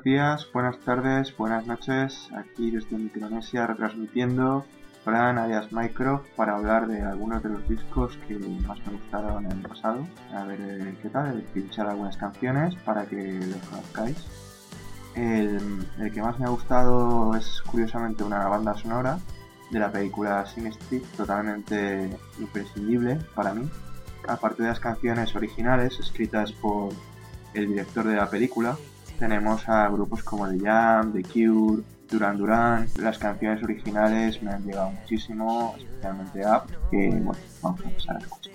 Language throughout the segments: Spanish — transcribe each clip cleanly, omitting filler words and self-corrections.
buenos días, buenas tardes, buenas noches, aquí desde Micronesia retransmitiendo Fran alias Mycroft para hablar de algunos de los discos que más me gustaron en el pasado. A ver qué tal, pinchar algunas canciones para que los conozcáis. El que más me ha gustado es curiosamente una banda sonora de la película Sin Street, totalmente imprescindible para mí. Aparte de las canciones originales escritas por el director de la película, tenemos a grupos como The Jam, The Cure, Duran Duran. Las canciones originales me han llegado muchísimo, especialmente Up, que bueno, vamos a pasar a escuchar.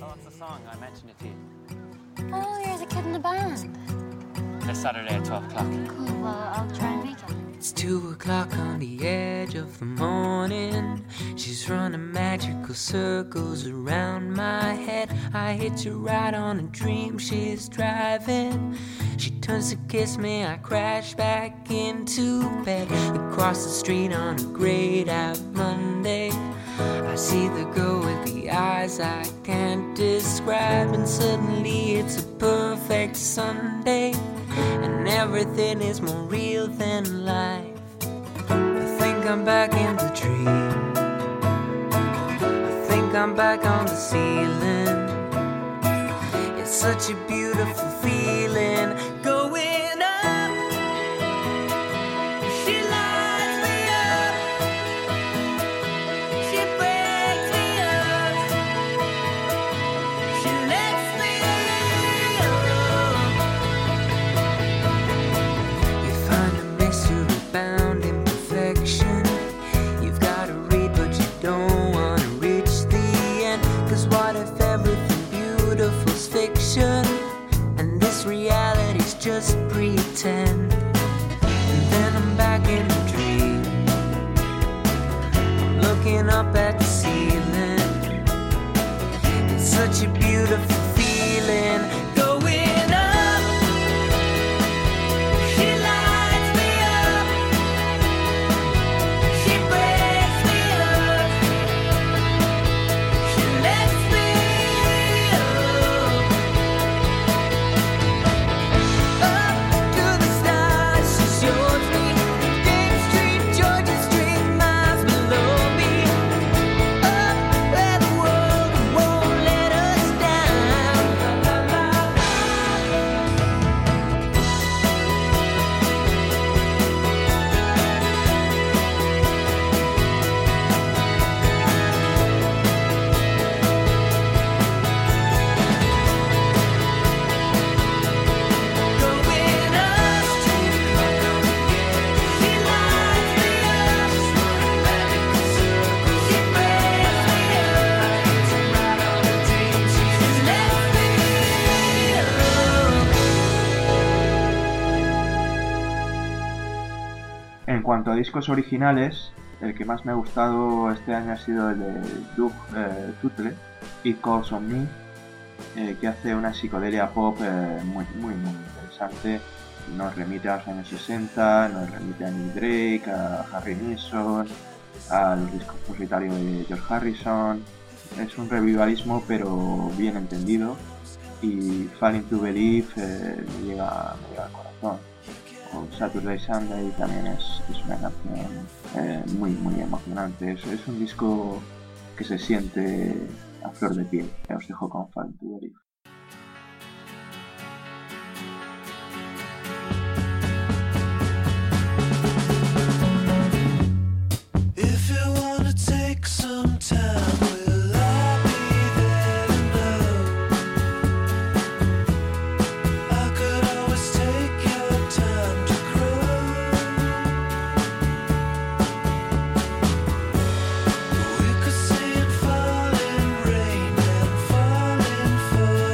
Oh, you're the kid in the band. This Saturday at 12 o'clock. Cool, well, I'll try and make it. It's 2 o'clock on the edge of the morning. She's running magical circles around my head. I hitch a ride on a dream she's driving. She turns to kiss me, I crash back into bed. Across the street on a grayed out Monday, I see the girl with the eyes I can't describe. And suddenly it's a perfect Sunday, and everything is more real than life. I think I'm back in the dream. I think I'm back on the ceiling. It's such a beautiful feeling. Going up, she lights me up, she breaks me up, she lets me up. You find a mystery bound in perfection. You've got to read but you don't want to reach the end. 'Cause what if everything beautiful's fiction and this reality's just pretend? And then I'm back in the dream. I'm looking up at the ceiling. It's such a beautiful feeling. Going up, she lights me up, she breaks me up, she lets me up. Up to the stars, she shows me Dame Street, Georgia Street, miles below me. Up where the world won't let us down. Going up, she lights me up, she breaks me up, she lets me up. En cuanto a discos originales, el que más me ha gustado este año ha sido el de Doug Tuttle, It Calls on Me, que hace una psicodelia pop muy interesante. Nos remite a los años 60, nos remite a Nick Drake, a Harry Nilsson, al disco solitario de George Harrison. Es un revivalismo pero bien entendido, y Falling to Believe me llega al corazón. O Saturday Sunday también es una canción muy emocionante. Es un disco que se siente a flor de piel. Os dejo con Falling to Believe. If you wanna take some time, will I be there to know? I could always take your time to grow. We could see it falling rain and falling fall.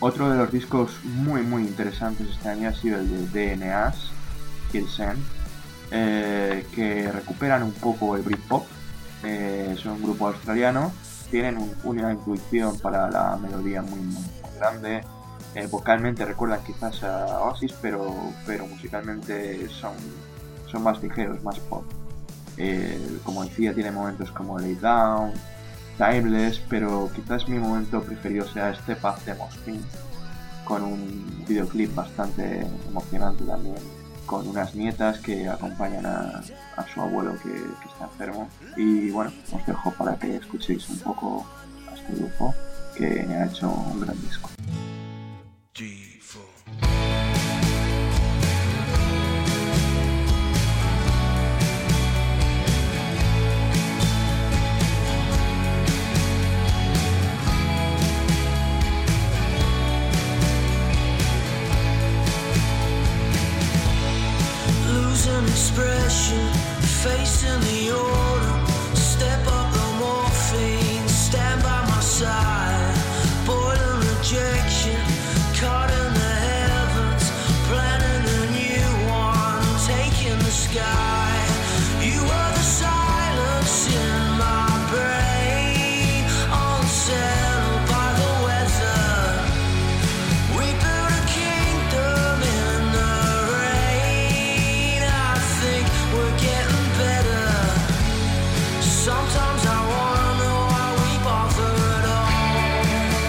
Otro de los discos muy interesantes este año ha sido el de DNAs, Kilsen, que recuperan un poco el Britpop. Son un grupo australiano, tienen una intuición para la melodía muy grande. Vocalmente recuerdan quizás a Oasis, pero musicalmente son más ligeros, más pop. Como decía, tiene momentos como Lay Down, Timeless, pero quizás mi momento preferido sea Step Up de Mosfin, con un videoclip bastante emocionante también, con unas nietas que acompañan a su abuelo que está enfermo. Y bueno, os dejo para que escuchéis un poco a este grupo que ha hecho un gran disco. Expression, facing the autumn, step up the morphine, stand by my side, boiling rejection, caught in the heavens, planning a new one, taking the sky. You were the silence in my brain, unsettled by the weather. We built a kingdom in the rain. I think we're getting better. Sometimes I wanna know why we bother at all.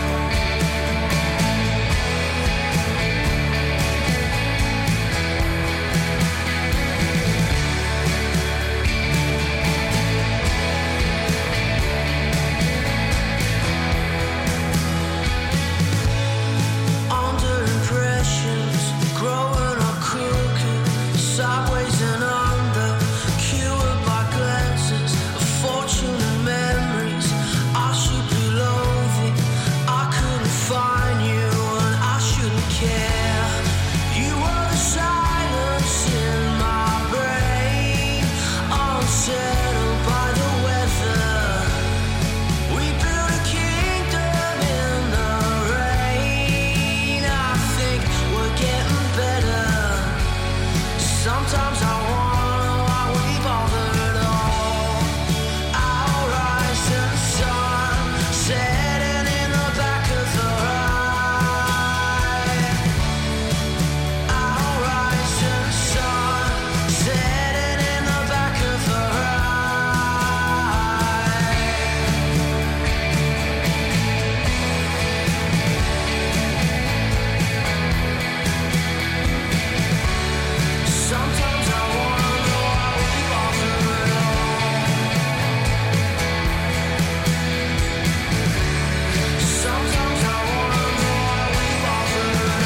Under impressions, growing up crooked, sideways and under, cured by glances of fortune and memories. I should be loathing, I couldn't find you, and I shouldn't care. You were the silence in my brain, unsettled by the weather. We built a kingdom in the rain. I think we're getting better. Sometimes I wanna know why we bother at all. Our rising sun, setting in the back of the ride. Our rising sun, setting in the back of the ride. Sometimes I wanna know why we bother at all. Sometimes I wanna know why we bother at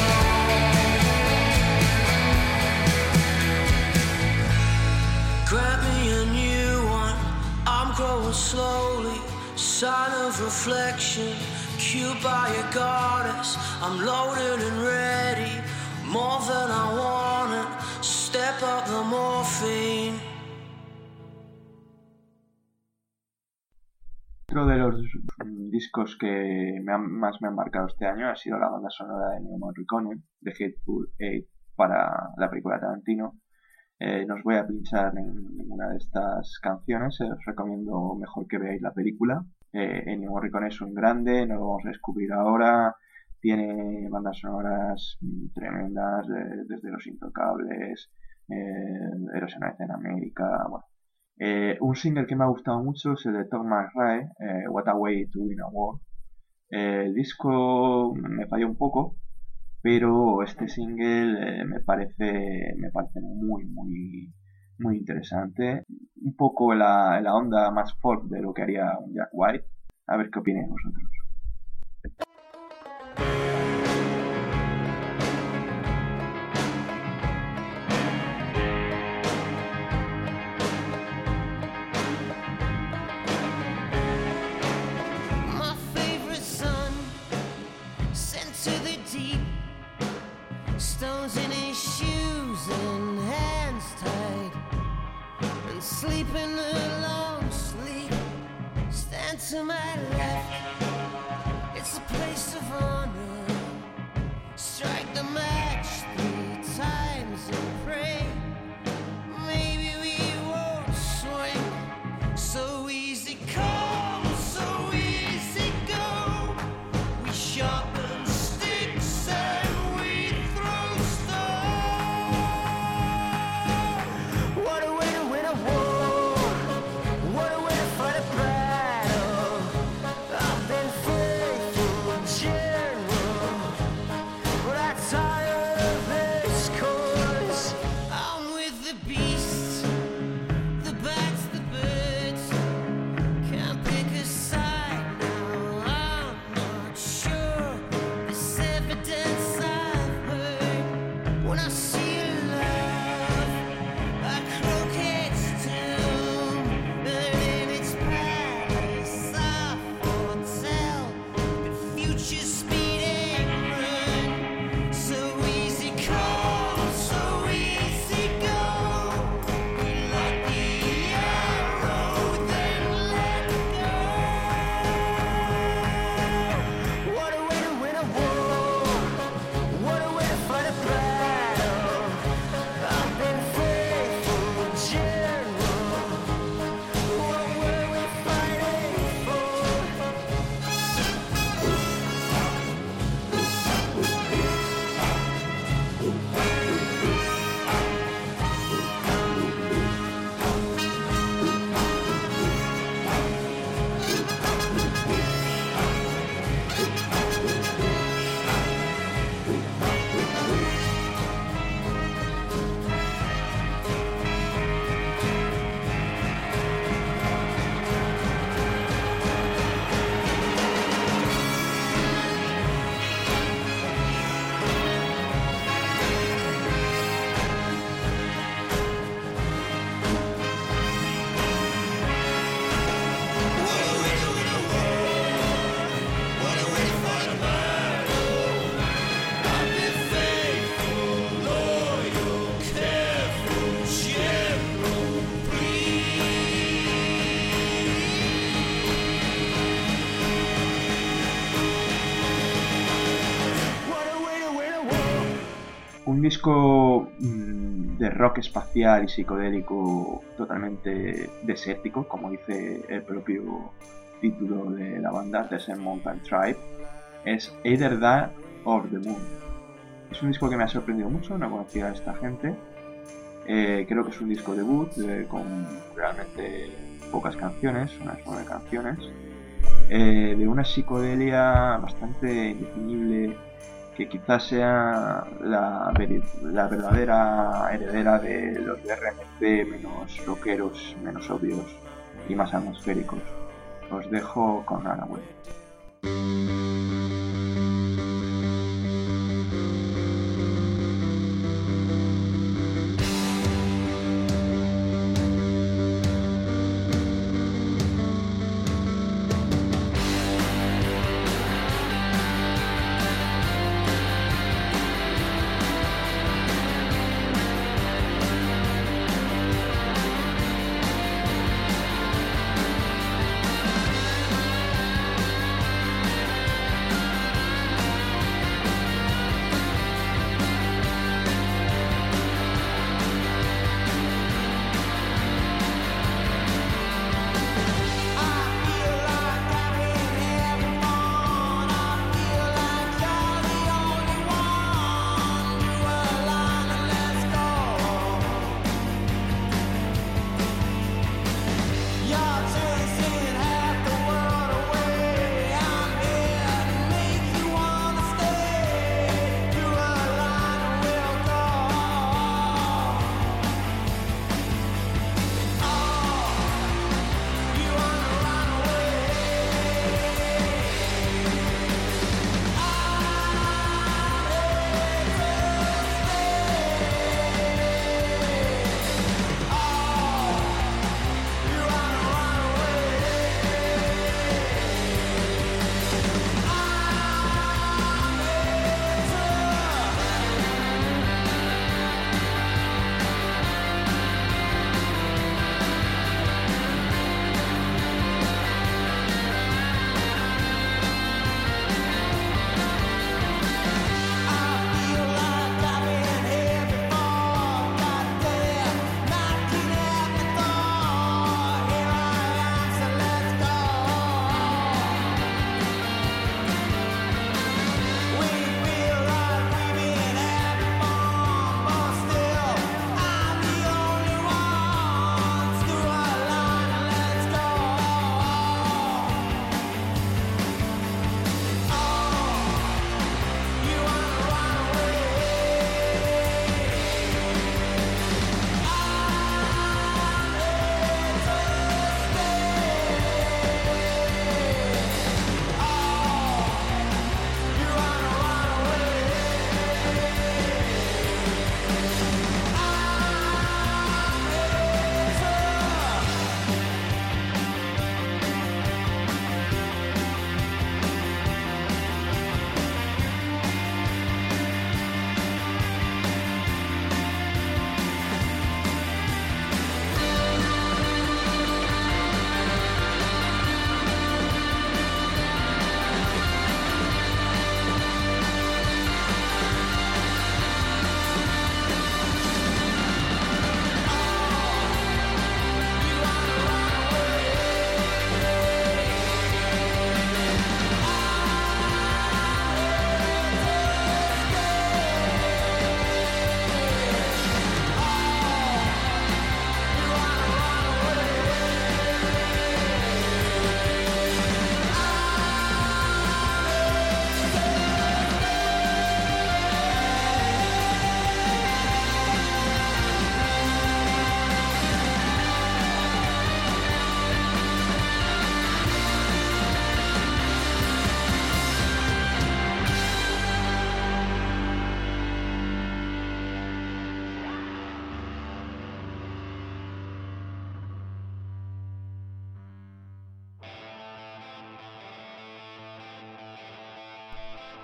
all. Grant me a new one. I'm growing slowly. Sign of reflection. Cued by a goddess. I'm loaded and ready. More than I wanted. Step up the morphine. Otro de los discos que más me han marcado este año ha sido la banda sonora de Ennio Morricone, The Hateful Eight, para la película Tarantino. No os voy a pinchar ninguna de estas canciones, os recomiendo mejor que veáis la película. Ennio Morricone es un grande, no lo vamos a descubrir ahora. Tiene bandas sonoras tremendas, desde Los Intocables, Eros una vez en América. Bueno. Un single que me ha gustado mucho es el de Tom McRae, What a Way to Win a War. El disco me falló un poco, pero este single me parece muy interesante. Un poco la onda más folk de lo que haría un Jack White. A ver qué opináis vosotros. My favorite son, sent to the deep, stones in his shoes and hands tied, and sleeping a long sleep. Stand to my left, it's a place of honor. a match 3 times and pray. Maybe we won't swing. So easy come, so easy go. We sharpen sticks and we throw stones. What a way to win a war. What a way to fight a battle. I've been faithful, general, but I'm tired of this course. I'm with the beasts, the bats, the birds. Can't pick a side now, I'm not sure. This evidence I've heard. When I see a love, a croquet's tomb, and in its palace I foretell the future speeding run. So easy come, so easy go. We like the arrow, then let go. What a way to win a war. What a way to fight a battle. I've been faithful, general. What were we fighting for? Un disco de rock espacial y psicodélico totalmente desértico, como dice el propio título de la banda, Desert Mountain Tribe, es Either That or the Moon. Es un disco que me ha sorprendido mucho, no conocía a esta gente. Creo que es un disco debut con realmente pocas canciones, unas 9 canciones, de una psicodelia bastante indefinible, que quizás sea la verdadera heredera de los de RMC, menos rockeros, menos obvios y más atmosféricos. Os dejo con Runaway.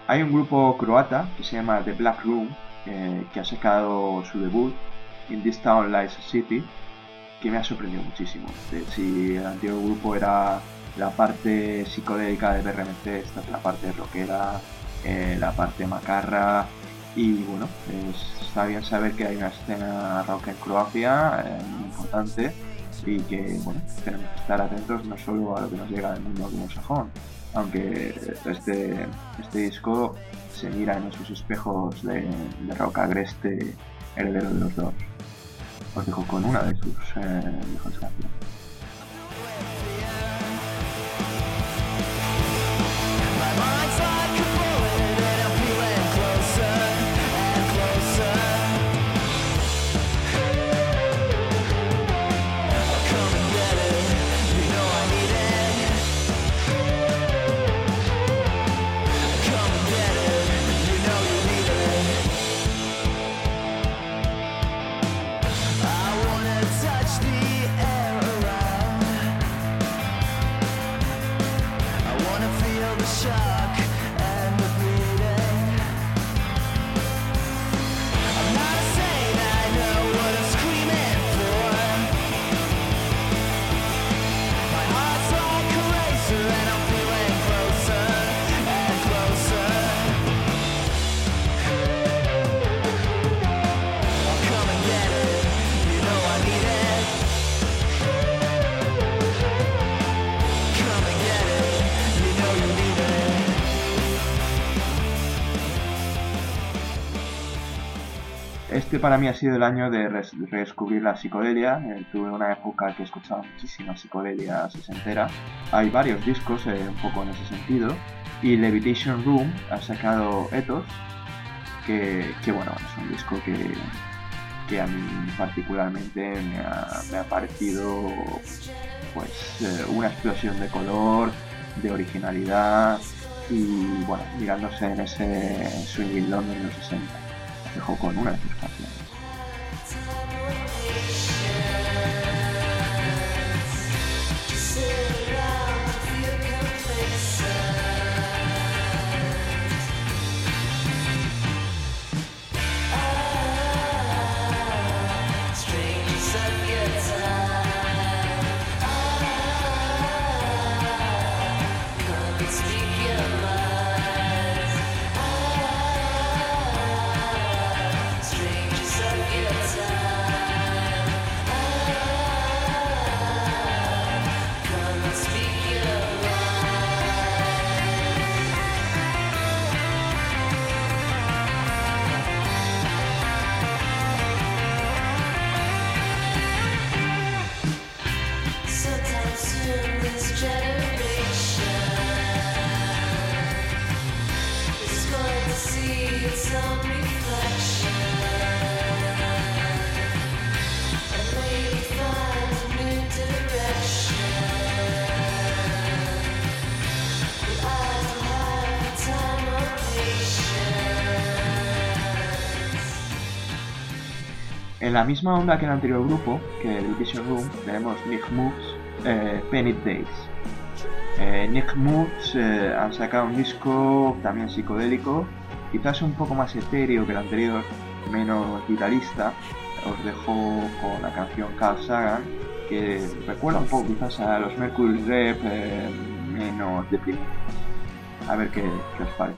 Hay un grupo croata que se llama The Black Room, que ha sacado su debut, In This Town Lies a City, que me ha sorprendido muchísimo. Si el antiguo grupo era la parte psicodélica de BRMC, esta es la parte rockera, la parte macarra, y bueno, está bien saber que hay una escena rock en Croacia muy importante, y que bueno, tenemos que estar atentos no solo a lo que nos llega del mundo anglosajón, aunque este disco se mira en esos espejos de rock agreste heredero de los dos. Os dejo con una de sus mejores canciones. Este para mí ha sido el año de redescubrir la psicodelia. Tuve una época que escuchaba muchísima psicodelia sesentera. Hay varios discos un poco en ese sentido. Y Levitation Room ha sacado Ethos, que bueno, es un disco que a mí particularmente me ha parecido pues una explosión de color, de originalidad y bueno, mirándose en ese swing London de los 60. Os dejo con una de sus canciones. En la misma onda que el anterior grupo, que el Levitation Room, tenemos Nick Moves, Penny Days. Nick Moves han sacado un disco también psicodélico, quizás un poco más etéreo que el anterior, menos vitalista. Os dejo con la canción Carl Sagan, que recuerda un poco quizás a los Mercury Rev, menos deprimidos. A ver qué os parece.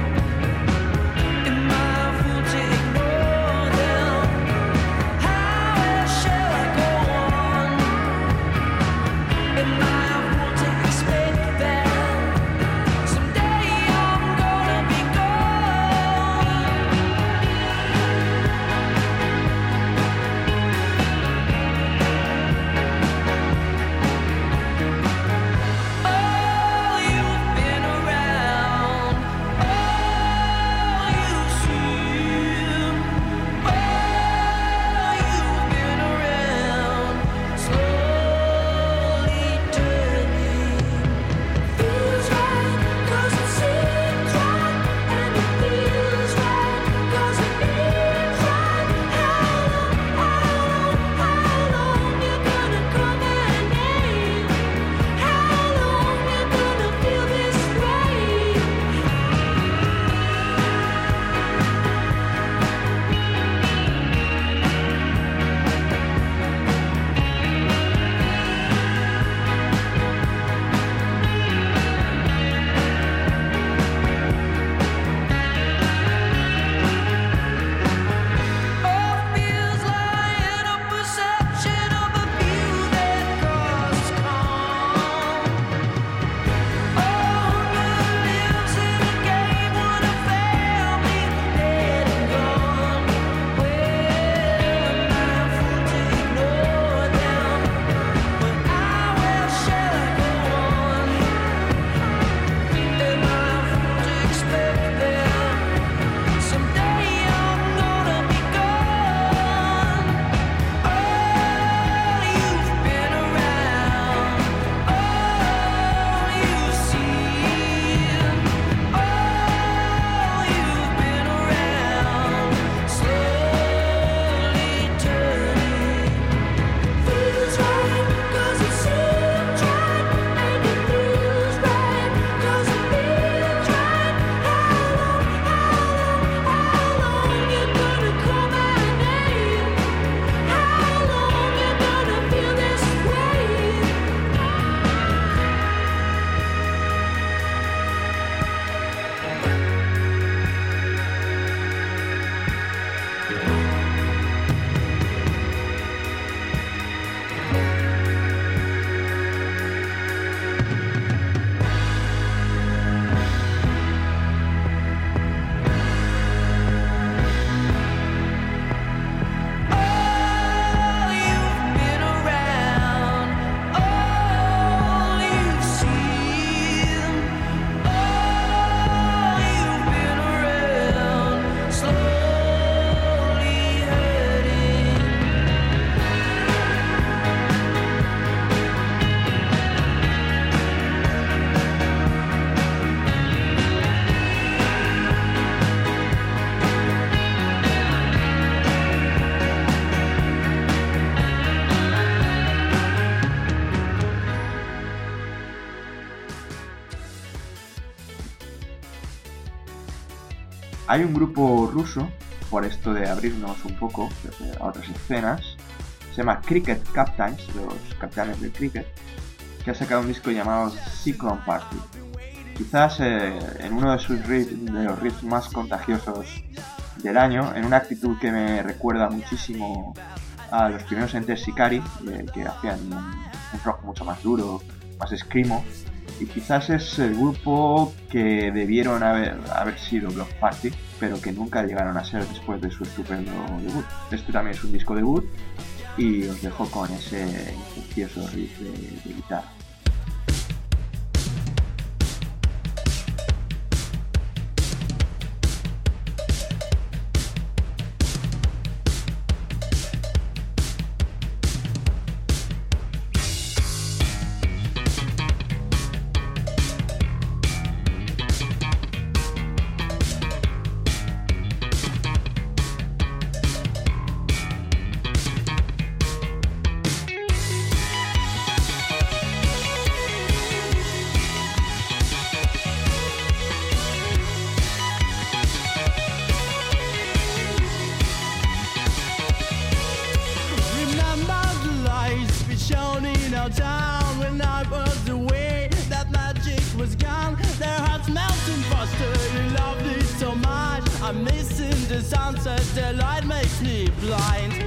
How Hay un grupo ruso, por esto de abrirnos un poco a otras escenas, se llama Cricket Captains, los capitanes del cricket, que ha sacado un disco llamado Cyclone Party. Quizás en uno de sus de los riffs más contagiosos del año, en una actitud que me recuerda muchísimo a los primeros Enter Shikari, que hacían un rock mucho más duro, más screamo, y quizás es el grupo que debieron haber sido Bloc Party, pero que nunca llegaron a ser después de su estupendo debut. Este también es un disco debut y os dejo con ese infeccioso riff de guitarra. Town when I was away, that magic was gone. Their hearts melting faster. You loved it so much. I'm missing the sunset. The light makes me blind.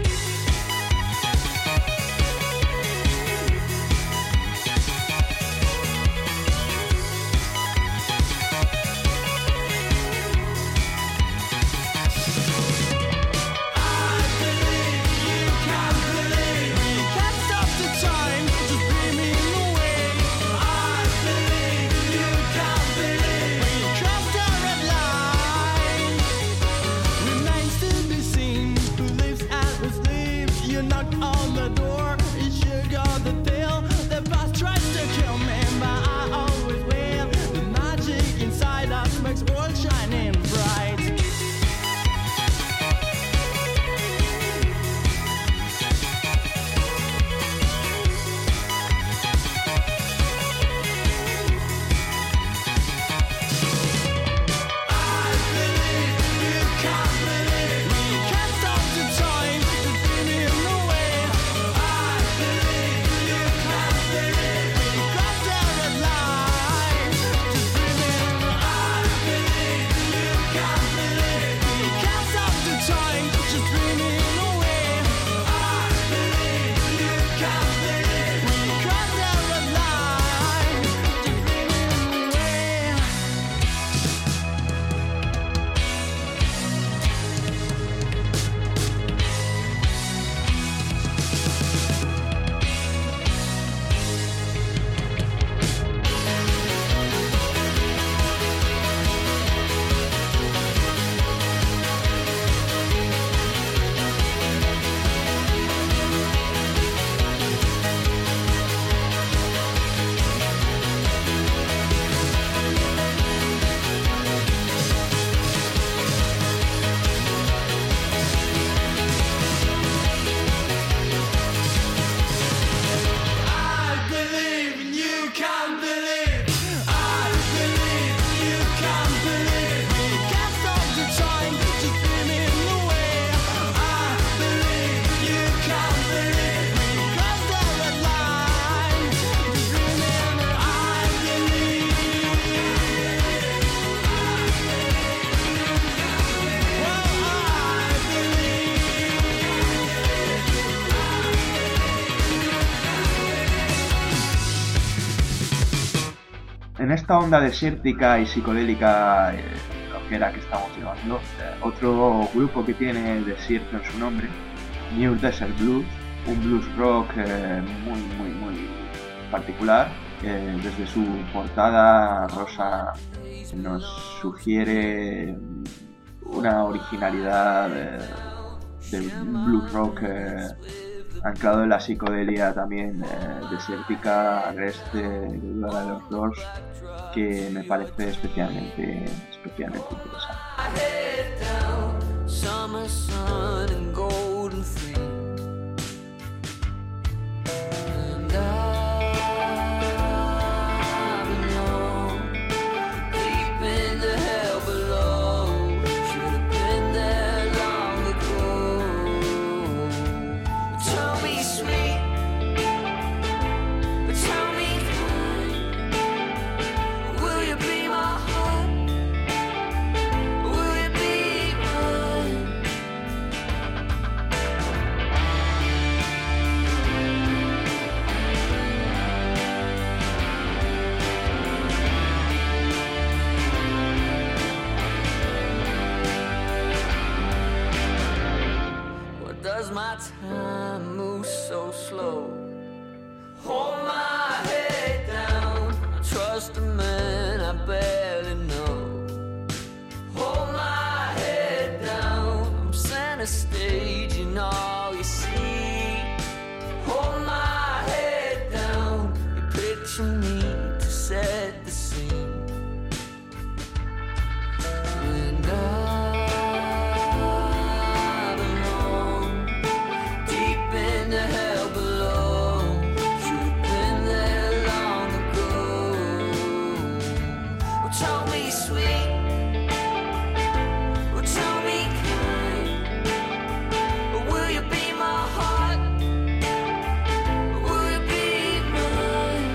En esta onda desértica y psicodélica rockera que estamos llevando, otro grupo que tiene desierto en su nombre, New Desert Blues, un blues rock muy particular, desde su portada rosa nos sugiere una originalidad del blues rock anclado en la psicodelia también desértica, agreste, de los Doors, que me parece especialmente interesante. my time moves so slow. Hold my head down, I trust a man I barely know. Hold my head down, I'm center stage and all you see. Hold my head down, you picture me to set the scene. And I belong deep in the hell below. Should've been there long ago. Well, tell me sweet, well, tell me kind. Will you be my heart? Will you be mine?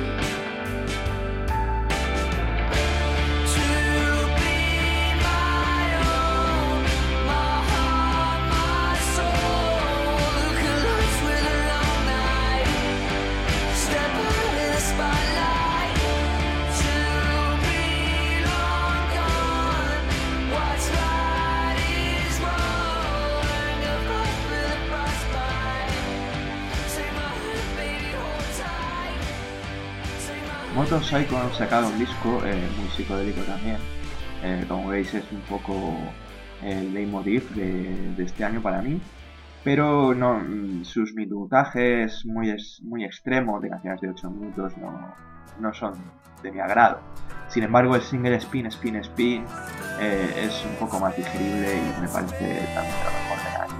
To be my own, my heart, my soul. Look at life with a long night. Step out in the spotlight. To be long gone. What's right is wrong. If I feel the price by. Take my hand, baby, hold tight. Take my hand. Motor Psycho han sacado un disco muy psicodélico también. Como veis es un poco el leitmotiv de este año para mí. Pero no, sus minutajes muy extremos de canciones de 8 minutos no son de mi agrado. Sin embargo, el single Spin, Spin, Spin es un poco más digerible y me parece también lo mejor del año.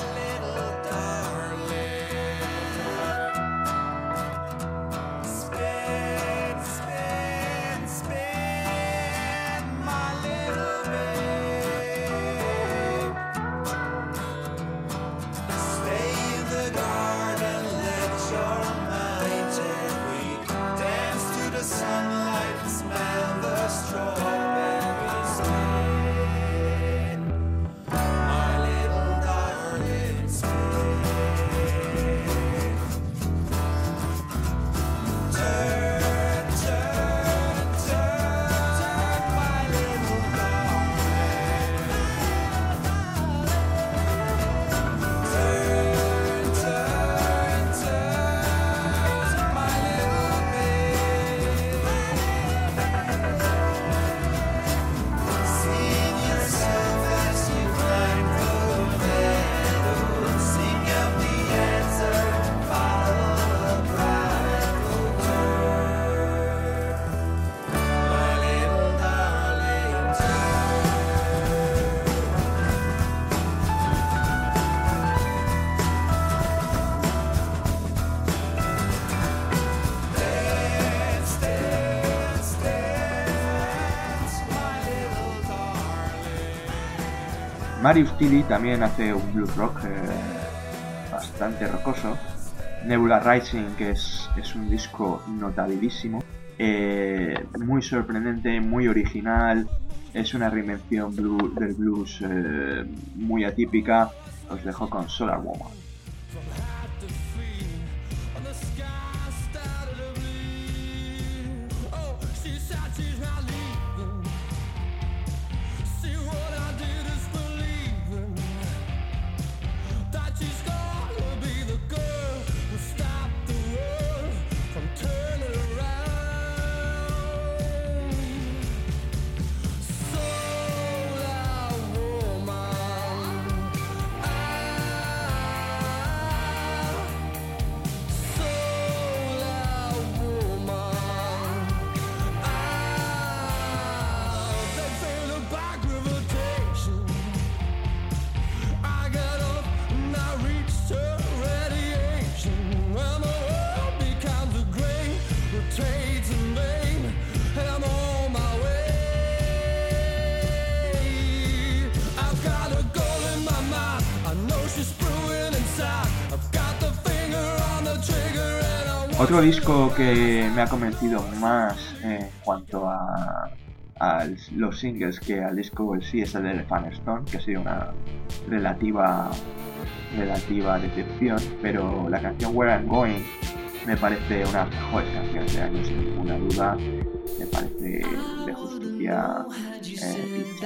Marius Tilly también hace un blues rock bastante rocoso. Nebula Rising, que es un disco notabilísimo, muy sorprendente, muy original, es una reinvención del blues muy atípica. Os dejo con Solar Woman. Otro disco que me ha convencido más en cuanto a los singles que al disco en sí es el de Elephant Stone, que ha sido una relativa decepción, pero la canción Where I'm Going me parece una de las mejores canciones del año, sin ninguna duda. Me parece de justicia dicha.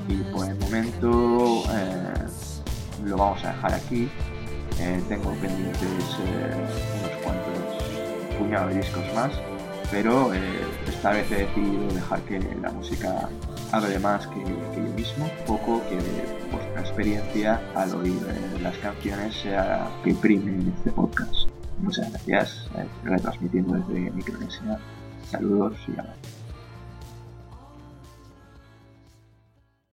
Y por el momento lo vamos a dejar aquí. Tengo pendientes unos cuantos puñados de discos más, pero esta vez he decidido dejar que la música hable más que yo mismo, poco que vuestra experiencia al oír las canciones sea que prime en este podcast. Muchas gracias, retransmitiendo desde Micronesia. Saludos y abrazo.